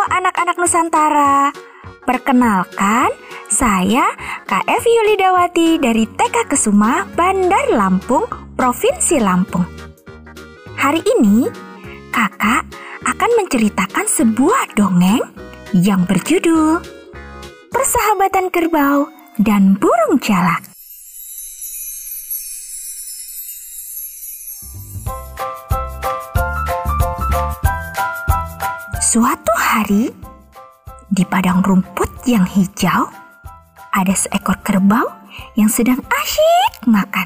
anak-anak Nusantara. Perkenalkan, saya KF Yulidawati dari TK Kesuma, Bandar Lampung, Provinsi Lampung. Hari ini, kakak akan menceritakan sebuah dongeng yang berjudul Persahabatan Kerbau dan Burung Jalak. Suatu hari, di padang rumput yang hijau, ada seekor kerbau yang sedang asyik makan.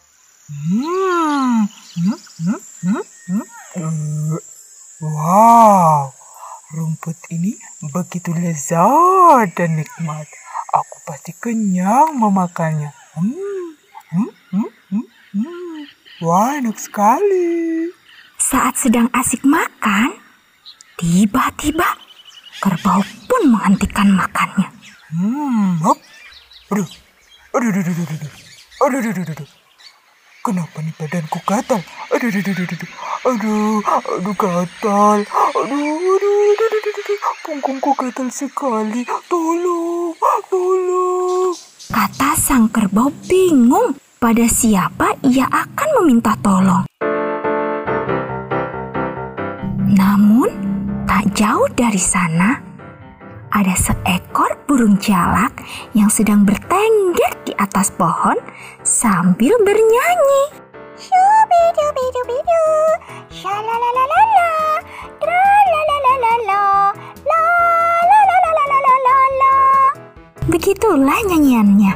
Wow, rumput ini begitu lezat dan nikmat. Aku pasti kenyang memakannya. Wah, enak sekali. Saat sedang asik makan, tiba-tiba kerbau pun menghentikan makannya. Aduh. Kenapa nih badanku gatal? Aduh, gatal. Punggungku gatal sekali. Tolong. Kata sang kerbau bingung pada siapa ia akan meminta tolong. Namun, tak jauh dari sana, ada seekor burung jalak yang sedang bertengger di atas pohon sambil bernyanyi. Shubidubidubidu, shalalalala, tralalalala, lalalalalala. Begitulah nyanyiannya.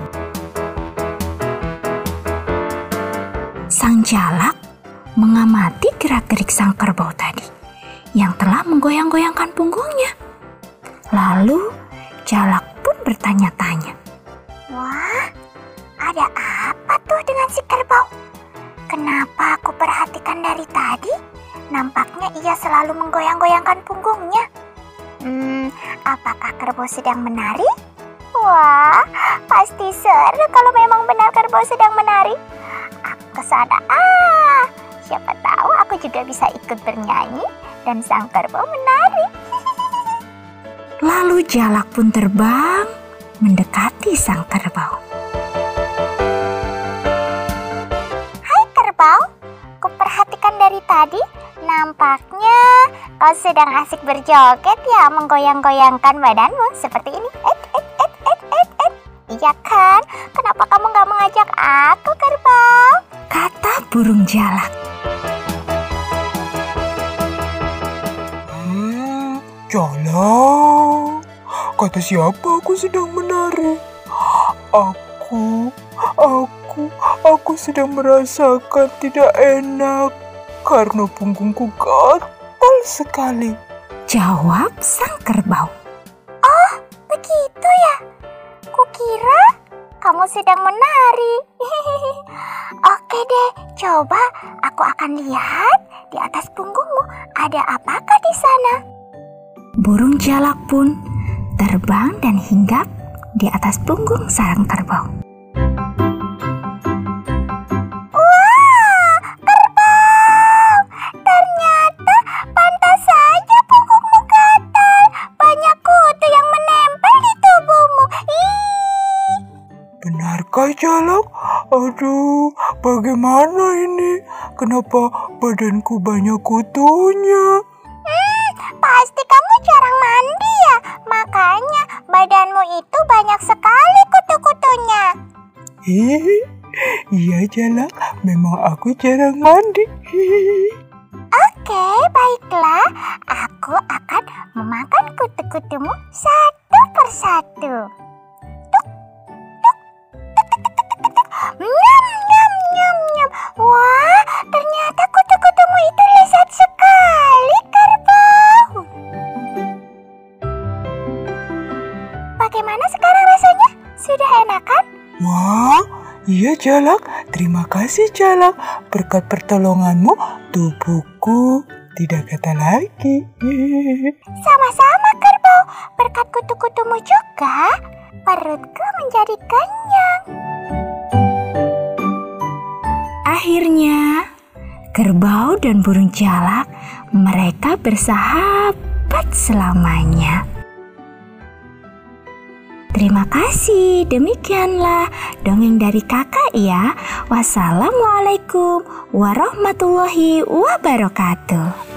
Sang jalak mengamati gerak-gerik sang kerbau tadi yang telah menggoyang-goyangkan punggungnya. Lalu jalak pun bertanya-tanya. Wah, ada apa tuh dengan si kerbau? Kenapa aku perhatikan dari tadi? Nampaknya ia selalu menggoyang-goyangkan punggungnya. Apakah kerbau sedang menari? Wah, pasti seru kalau memang benar kerbau sedang menari. Aku kesana. Siapa tahu aku juga bisa ikut bernyanyi dan sang kerbau menari. Lalu jalak pun terbang mendekati sang kerbau. Hai kerbau, kuperhatikan dari tadi, nampaknya kau sedang asik berjoget ya, menggoyang-goyangkan badanmu seperti ini. Iya kan? Kenapa kamu gak mengajak aku, kerbau? Kata burung jalak. Jalak, kata siapa aku sedang menari? Aku sedang merasakan tidak enak karena punggungku gatal sekali. Jawab sang kerbau. Oh, begitu ya? Kukira kamu sedang menari. Oke deh, coba aku akan lihat di atas punggungmu ada apakah di sana. Burung jalak pun terbang dan hinggap di atas punggung sarang kerbau. Wah, kerbau! Ternyata pantas saja punggungmu gatal. Banyak kutu yang menempel di tubuhmu. Benarkah jalak? Aduh, bagaimana ini? Kenapa badanku banyak kutunya? Pasti kamu jarang mandi ya, makanya badanmu itu banyak sekali kutu-kutunya. Iya jalak, memang aku jarang mandi. Oke, baiklah. Aku akan memakan kutu-kutumu satu persatu. Nyam. Wah, ternyata kutu-kutumu itu lezat sekali, kerbau. Bagaimana sekarang rasanya? Sudah enak kan? Wah, iya jalak. Terima kasih jalak. Berkat pertolonganmu, tubuhku tidak gatal lagi. Sama-sama, kerbau. Berkat kutu-kutumu juga, perutku menjadi kenyang. Akhirnya, kerbau dan burung jalak mereka bersahabat hebat selamanya. Terima kasih, demikianlah dongeng dari kakak ya. Wassalamualaikum warahmatullahi wabarakatuh.